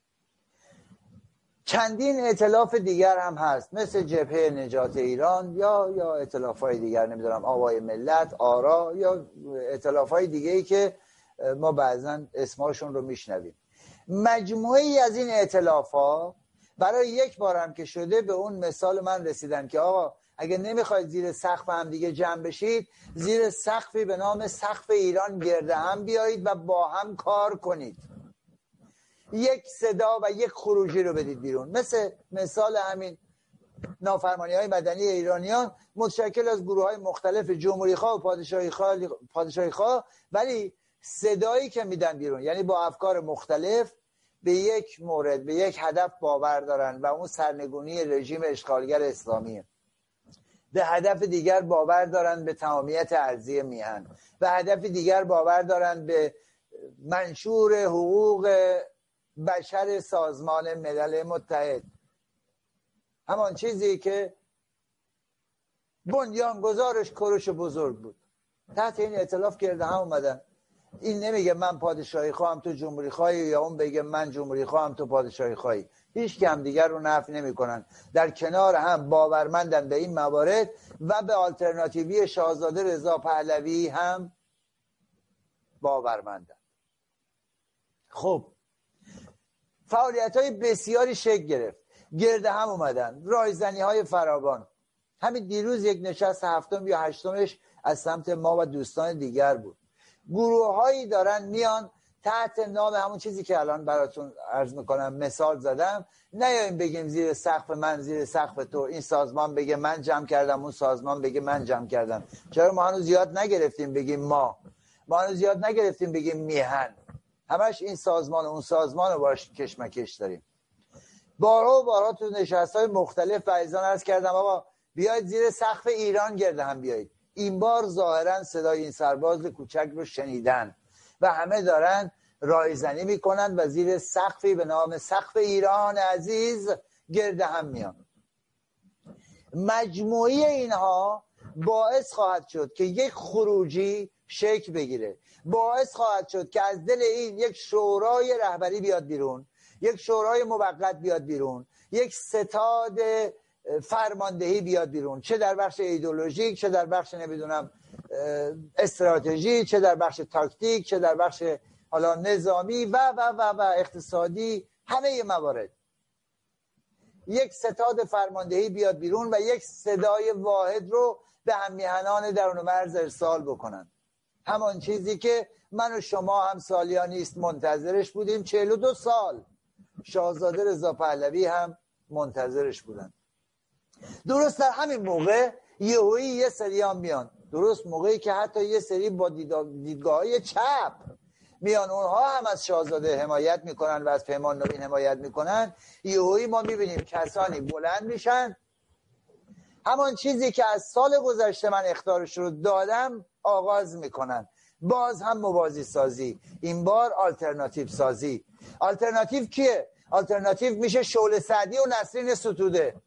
چندین ائتلاف دیگر هم هست، مثل جبهه نجات ایران یا ائتلاف‌های دیگر، نمیدونم آوای ملت، آرا، یا ائتلاف‌های دیگه‌ای که ما بعضا اسماشون رو میشنویم. مجموعی از این ائتلاف‌ها برای یک بار هم که شده به اون مثال من رسیدن که آقا اگه نمیخواید زیر سقف هم دیگه جمع بشید، زیر سقفی به نام سقف ایران گرده هم بیایید و با هم کار کنید، یک صدا و یک خروجی رو بدید بیرون. مثال همین نافرمانی‌های مدنی ایرانیان متشکل از گروه‌های مختلف جمهوری‌خواه و پادشاهی‌خواه، ولی صدایی که میدن بیرون، یعنی با افکار مختلف به یک مورد، به یک هدف باور دارن و اون سرنگونی رژیم اشغالگر اسلامیه. به هدف دیگر باور دارن به تمامیت ارضی میهن، به هدف دیگر باور دارن به منشور حقوق بشر سازمان ملل متحد، همان چیزی که بنیانگذارش کوروش بزرگ بود. تحت این ائتلاف گرده هم اومدن. این نمیگه من پادشاهی خواهم تو جمهوری خواهی، یا اون بگه من جمهوری خواهم تو پادشاهی خواهی. هیچ که هم دیگر رو نفی نمی‌کنن، در کنار هم باورمندن به این موارد و به آلترناتیوی شاهزاده رضا پهلوی هم باورمندن. خب فعالیت‌های بسیاری شکل گرفت، گرده هم اومدن، رایزنی‌های فراوان. همین دیروز یک نشست هفتم یا هشتمش از سمت ما و دوستان دیگر بود. گروه‌هایی دارن میان تحت نام همون چیزی که الان براتون عرض میکنم مثال زدم، نیاییم بگیم زیر سقف من، زیر سقف تو، این سازمان بگه من جمع کردم، اون سازمان بگه من جمع کردم. چرا ما هنوز یاد نگرفتیم بگیم ما هنوز یاد نگرفتیم بگیم میهن؟ همش این سازمان و اون سازمان رو باش کشمکش داریم. بارها و بارها تو نشست‌های مختلف بعضان عرض کردم آقا بیاید زیر سقف ایران گرده هم بیایید. این بار ظاهرا صدای این سرباز کوچک رو شنیدن و همه دارن رایزنی میکنن و زیر سقفی به نام سقف ایران عزیز گرده هم میان. مجموعی اینها باعث خواهد شد که یک خروجی شکل بگیره، باعث خواهد شد که از دل این یک شورای رهبری بیاد بیرون، یک شورای موقت بیاد بیرون، یک ستاد فرماندهی بیاد بیرون، چه در بخش ایدئولوژیک، چه در بخش نمیدونم استراتژی، چه در بخش تاکتیک، چه در بخش حالا نظامی و اقتصادی، همه موارد. یک ستاد فرماندهی بیاد بیرون و یک صدای واحد رو به هممیهنان درون مرز ارسال بکنن. همان چیزی که من و شما هم سالیانی است منتظرش بودیم، 42 سال. شاهزاده رضا پهلوی هم منتظرش بودن. درست در همین موقع یهویی یه سریان میان، درست موقعی که حتی یه سری با دیدگاه‌های چپ میان، اونها هم از شاهزاده حمایت میکنن و از پیمان نوین حمایت میکنن. یهویی ما میبینیم کسانی بلند میشن، همان چیزی که از سال گذشته من اخطارش رو دادم آغاز میکنن، باز هم موازی سازی، این بار آلترناتیو سازی. آلترناتیو کیه؟ آلترناتیو میشه شعله سعدی و نسرین ستوده.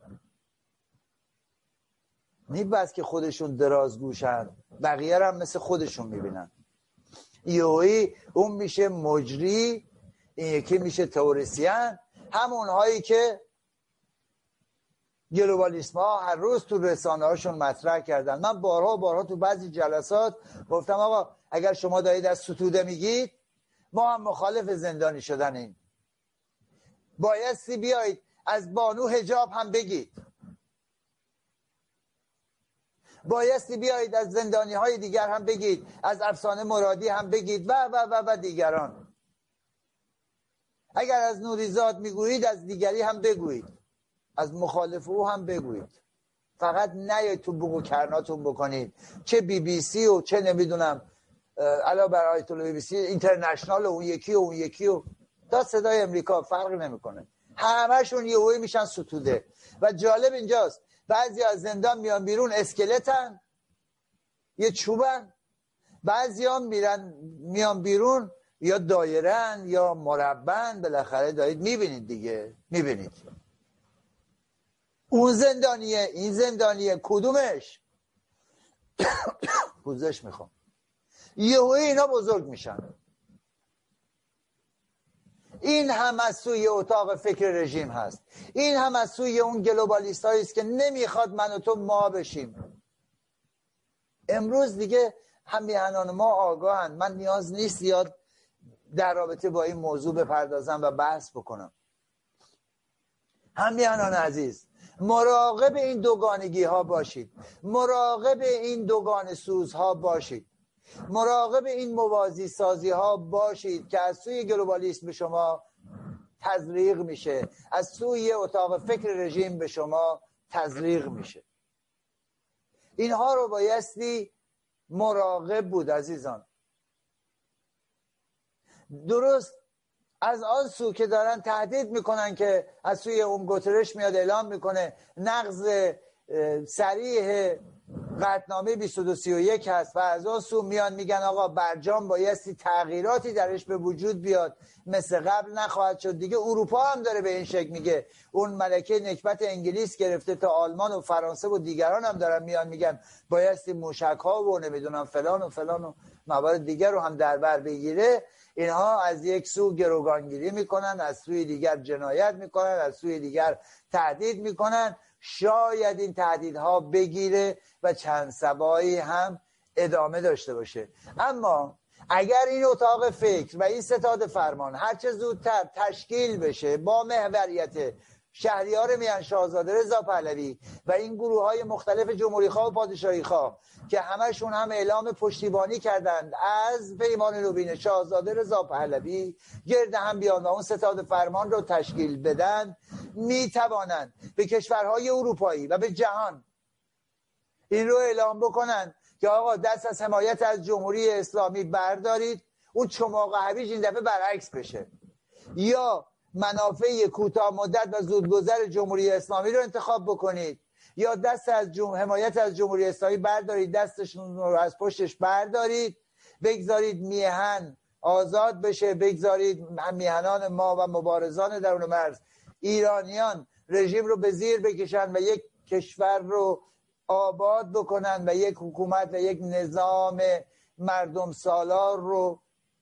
نیست بس که خودشون درازگوشن، بقیه هم مثل خودشون میبینن. یهویی اون میشه مجری، این یکی میشه تئوریسین، همون هایی که گلوبالیسم ها هر روز تو رسانه هاشون مطرح کردن. من بارها تو بعضی جلسات گفتم آقا اگر شما دارید از ستوده میگید، ما هم مخالف زندانی شدنیم. بایستی بیایید از بانو حجاب هم بگید، بایستی بیایید از زندانی های دیگر هم بگید، از افسانه مرادی هم بگید و دیگران. اگر از نوریزاد میگویید از دیگری هم بگویید، از مخالف او هم بگویید. فقط نیایید تو بوق و کرناتون بکنید، چه بی بی سی و چه نمیدونم علاوه بر آیت الله بی بی سی اینترنشنال و اون یکی و تا صدای امریکا فرق نمیکنه، همه‌شون یهویی میشن ستوده. و جالب اینجاست بعضی از زندان میان بیرون اسکلتن، یه چوبن، بعضی ها میان بیرون یا دایرن یا مربعن. بالاخره دارید میبینید دیگه، میبینید اون زندانیه این زندانیه، کدومش؟ پوزش میخوام. یهویی اینا بزرگ میشن. این هم از سوی اتاق فکر رژیم هست، این هم از سوی اون گلوبالیست هایی است که نمیخواد من و تو ما بشیم. امروز دیگه همیهنان ما آگاهند. من نیاز نیست زیاد در رابطه با این موضوع بپردازم و بحث بکنم. همیهنان عزیز، مراقب این دوگانگی ها باشید، مراقب این دوگان سوز ها باشید، مراقب این موازی سازی ها باشید که از سوی گلوبالیسم به شما تزریق میشه، از سوی اتاق فکر رژیم به شما تزریق میشه. اینها رو بایستی مراقب بود عزیزان. درست از آن سو که دارن تهدید میکنن که از سوی اون گوترش میاد اعلام میکنه نقض صریح قطعنامه 2231 هست و از آن سو میان میگن آقا برجام بایستی تغییراتی درش به وجود بیاد، مثل قبل نخواهد شد دیگه. اروپا هم داره به این شکل میگه. اون ملکه نکبت انگلیس گرفته تا آلمان و فرانسه و دیگران هم دارن میان میگن بایستی موشک ها و نمیدونم فلان و فلان و موارد دیگر رو هم در بر بگیره. اینها از یک سو گروگانگیری میکنن، از سوی دیگر جنایت میکنن، از سوی دیگر تهدید میکنن. شاید این تهدیدها بگیره و چند سبایی هم ادامه داشته باشه. اما اگر این اتاق فکر و این ستاد فرمان هرچه زودتر تشکیل بشه با محوریت شهریار میان شاهزاده رضا پهلوی و این گروه های مختلف جمهوری خواه و پادشاهی خواه که همشون هم اعلام پشتیبانی کردند از پیمان نوین شاهزاده رضا پهلوی گرد هم بیان و اون ستاد فرمان رو تشکیل بدن، میتوانند به کشورهای اروپایی و به جهان این رو اعلام بکنن که آقا دست از حمایت از جمهوری اسلامی بردارید، اون چماق هویج این دفعه برعکس بشه، یا منافع کوتاه مدت و زودگذر جمهوری اسلامی رو انتخاب بکنید، یا دست از حمایت از جمهوری اسلامی بردارید، دستشون رو از پشتش بردارید، بگذارید میهن آزاد بشه، بگذارید میهنان ما و مبارزان درون مرز ایرانیان رژیم رو به زیر بکشن و یک کشور رو آباد بکنن و یک حکومت و یک نظام مردم سالار رو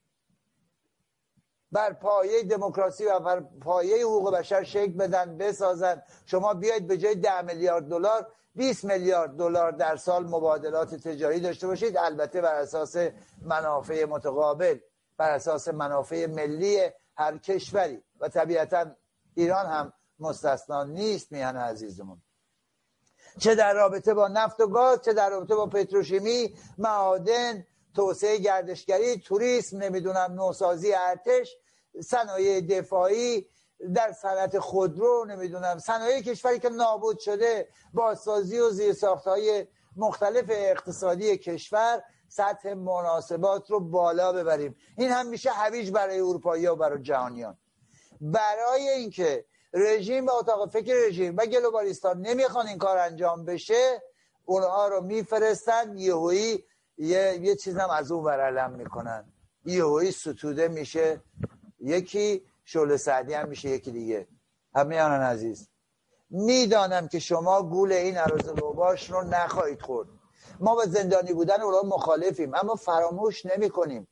بر پایه دموکراسی و بر پایه حقوق بشر شکل بدن، بسازن. شما بیاید به جای 10 میلیارد دلار 20 میلیارد دلار در سال مبادلات تجاری داشته باشید، البته بر اساس منافع متقابل، بر اساس منافع ملی هر کشوری و طبیعتا ایران هم مستثنا نیست. میهن عزیزمون، چه در رابطه با نفت و گاز، چه در رابطه با پتروشیمی، معادن، توسعه گردشگری، توریسم، نمیدونم نوسازی ارتش، صنایع دفاعی، در صنعت خودرو، نمیدونم صنایع کشوری که نابود شده، بازسازی و زیرساخت‌های مختلف اقتصادی کشور، سطح مناسبات رو بالا ببریم. این هم میشه هویج برای اروپایی و برای جهانیان. برای اینکه رژیم و اتاق فکر رژیم و گلوبالیستان نمیخوان این کار انجام بشه، اونها رو میفرستن، یهویی یه چیزم از اون ورلم میکنن، یهویی ستوده میشه، یکی شعله سعدی هم میشه یکی دیگه. همیهنان عزیز، میدانم که شما گول این عروض لوباش رو نخواهید خورد. ما با زندانی بودن اونها مخالفیم، اما فراموش نمی کنیم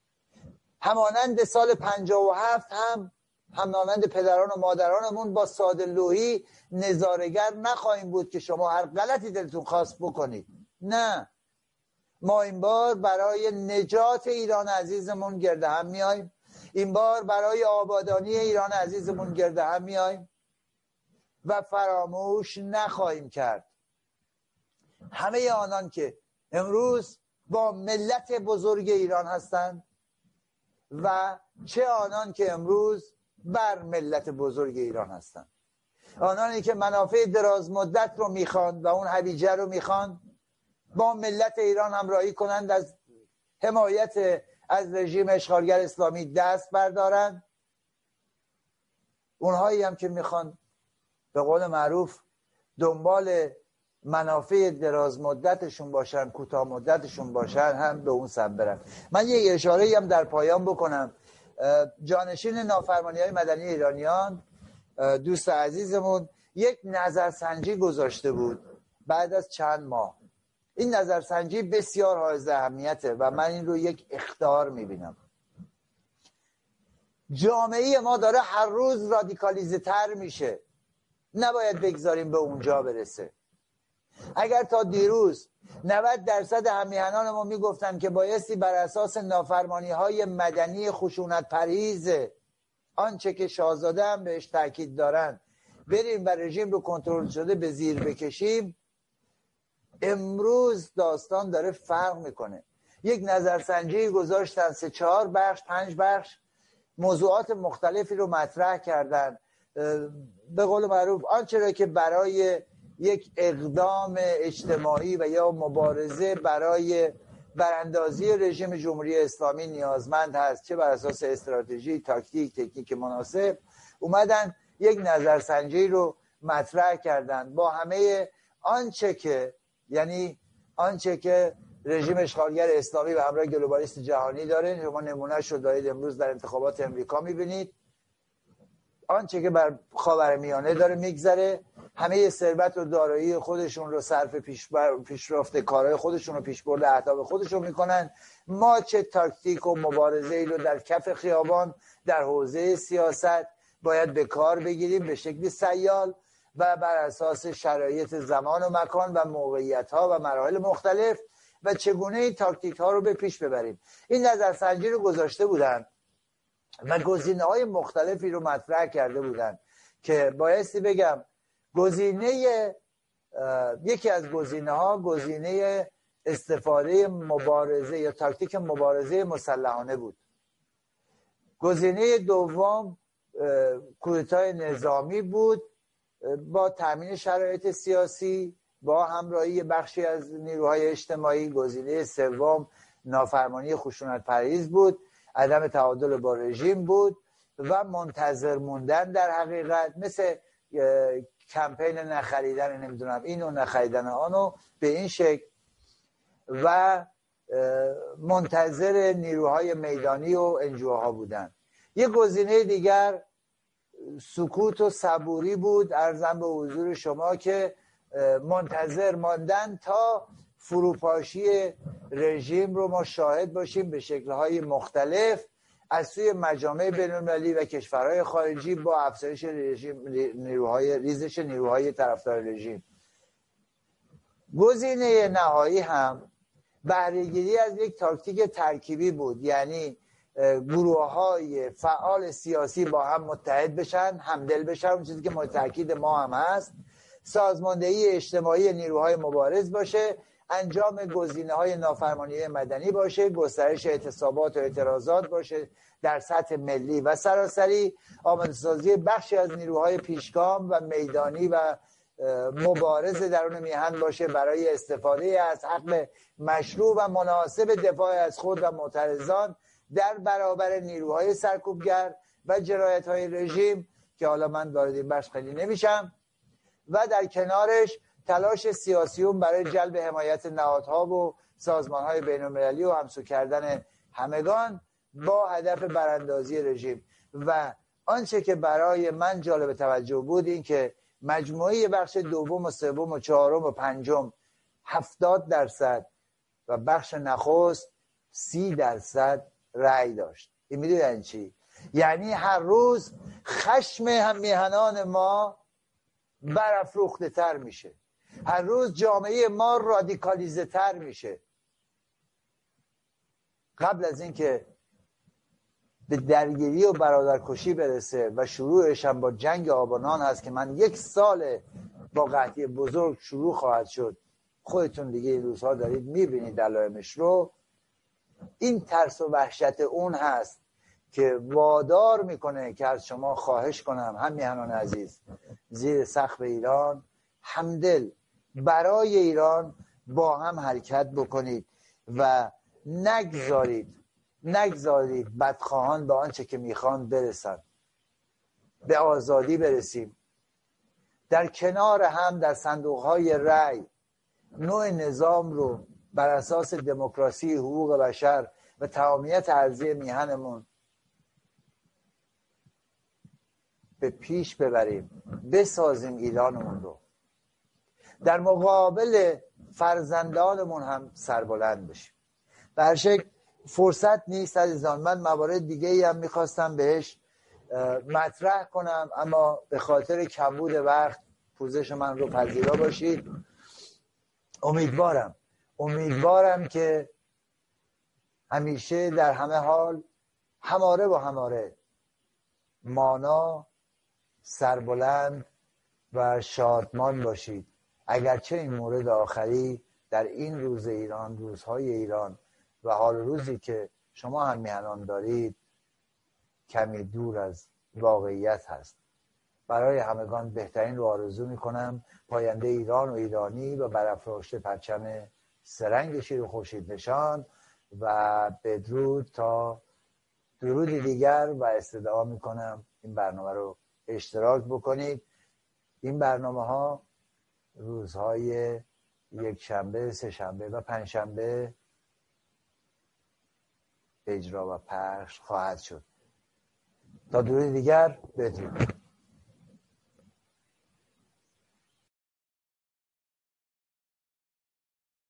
همانند سال 57 هم همانند پدران و مادرانمون با ساده لوحی نظاره‌گر نخواهیم بود که شما هر غلطی دلتون خواست بکنید. نه، ما این بار برای نجات ایران عزیزمون گرد هم میایم، این بار برای آبادانی ایران عزیزمون گرد هم میایم و فراموش نخواهیم کرد همه آنان که امروز با ملت بزرگ ایران هستند و چه آنان که امروز بر ملت بزرگ ایران هستند، آنانی که منافع دراز مدت رو میخوان و اون هویجه رو میخوان با ملت ایران همراهی کنند، از حمایت از رژیم اشغالگر اسلامی دست بردارن، اونهایی هم که میخوان به قول معروف دنبال منافع دراز مدتشون باشن، کوتاه مدتشون باشن، هم به اون سمت برن. من یه اشاره‌ای هم در پایان بکنم. جانشین نافرمانی‌های مدنی ایرانیان، دوست عزیزمون، یک نظرسنجی گذاشته بود بعد از چند ماه. این نظرسنجی بسیار حائز اهمیته و من این رو یک اخطار میبینم. جامعه ما داره هر روز رادیکالیزه تر میشه، نباید بگذاریم به اونجا برسه. اگر تا دیروز 90% همیهنان ما میگفتن که بایستی بر اساس نافرمانی های مدنی خشونت پرهیز، آنچه که شاهزاده هم بهش تاکید دارن، بریم و رژیم رو کنترل شده به زیر بکشیم، امروز داستان داره فرق میکنه. یک نظرسنجی گذاشتن 3-4 بخش 5 بخش موضوعات مختلفی رو مطرح کردن، به قول معروف آنچه را که برای یک اقدام اجتماعی و یا مبارزه برای براندازی رژیم جمهوری اسلامی نیازمند هست، چه بر اساس استراتژی، تاکتیک، تکنیک مناسب، اومدن یک نظرسنجی رو مطرح کردن با همه آنچه که، یعنی آنچه که رژیم اشغالگر اسلامی و همراه گلوبالیست جهانی داره. شما نمونهش رو دارید امروز در انتخابات امریکا میبینید، آنچه که بر خاورمیانه داره میگذره، همه ثروت و دارایی خودشون رو صرف پیشرفت کارهای خودشون رو پیشبرد اهداف خودشون میکنن. ما چه تاکتیک و مبارزه‌ای رو در کف خیابان در حوزه سیاست باید به کار بگیریم به شکل سیال و بر اساس شرایط زمان و مکان و موقعیت‌ها و مراحل مختلف و چگونه این تاکتیک ها رو به پیش ببریم. این نظرسنجی رو گذاشته بودن و گزینه‌های مختلفی رو مطرح کرده بودن که بایستی بگم یکی از گزینه‌ها گزینه استفاده مبارزه یا تاکتیک مبارزه مسلحانه بود. گزینه دوم کودتای نظامی بود با تامین شرایط سیاسی با همراهی بخشی از نیروهای اجتماعی. گزینه سوم نافرمانی خشونت پرهیز بود، عدم تعادل با رژیم بود و منتظر موندن، در حقیقت مثل کمپین نخریدن نمیدونم اینو نخریدن آنو به این شکل و منتظر نیروهای میدانی و انجوها بودن. یک گزینه دیگر سکوت و صبوری بود، عرضم به حضور شما که منتظر ماندن تا فروپاشی رژیم رو ما شاهد باشیم به شکل‌های مختلف از سوی مجامع بین‌المللی و کشورهای خارجی با افزایش ریزش نیروهای طرفدار رژیم. گزینه نهایی هم بهره‌گیری از یک تاکتیک ترکیبی بود، یعنی گروه‌های فعال سیاسی با هم متحد بشن، همدل بشن، اون چیزی که تاکید ما هم هست، سازماندهی اجتماعی نیروهای مبارز باشه، انجام گزینه‌های نافرمانی مدنی باشه، گسترش اعتصابات و اعتراضات باشه در سطح ملی و سراسری، آماده‌سازی بخشی از نیروهای پیشگام و میدانی و مبارز درون میهن باشه برای استفاده از حق مشروع و مناسب دفاع از خود و معترضان در برابر نیروهای سرکوبگر و جنایت‌های رژیم که حالا من وارد این بحث خیلی نمیشم، و در کنارش تلاش سیاسیون برای جلب حمایت نهادها و سازمان‌های بین‌المللی و همسو کردن همگان با هدف براندازی رژیم. و آنچه که برای من جالب توجه بود این که مجموعه بخش دوم و سوم و چهارم و پنجم 70% و بخش نخست 30% رأی داشت. این میدونی یعنی چی؟ یعنی هر روز خشم همیهنان ما برافروخته تر میشه، هر روز جامعه ما رادیکالیزه تر میشه. قبل از اینکه به درگیری و برادرکشی برسه و شروعش هم با جنگ آبانان هست که من 1 سال با قحطی بزرگ شروع خواهد شد، خودتون دیگه این روزها دارید میبینید علائمش رو. این ترس و وحشت اون هست که وادار میکنه که از شما خواهش کنم همیهنان عزیز زیر سقف ایران همدل برای ایران با هم حرکت بکنید و نگذارید بدخواهان به آنچه که میخوان برسن، به آزادی برسیم، در کنار هم در صندوقهای رأی نوع نظام رو بر اساس دموکراسی، حقوق بشر و تمامیت ارضی میهنمون به پیش ببریم، بسازیم ایرانمون رو، در مقابل فرزندانمون هم سربلند بشیم. به هر شکل فرصت نیست عزیزان. من موارد دیگه ای هم میخواستم بهش مطرح کنم، اما به خاطر کمبود وقت پوزش من رو پذیرا باشید. امیدوارم که همیشه در همه حال هماره و هماره مانا، سربلند و شادمان باشید. اگرچه این مورد آخری در این روز ایران، روزهای ایران و حال روزی که شما هم میهنان دارید کمی دور از واقعیت هست. برای همگان بهترین رو آرزو میکنم. پاینده ایران و ایرانی و برافراشته پرچم سرنگ شیر و خورشید نشان و بدرود تا درودی دیگر و استدعا میکنم این برنامه رو اشتراک بکنید. این برنامه ها روزهای یک شنبه، سه شنبه و پنج شنبه اجرا و پخش خواهد شد. تا درود دیگر بدرود.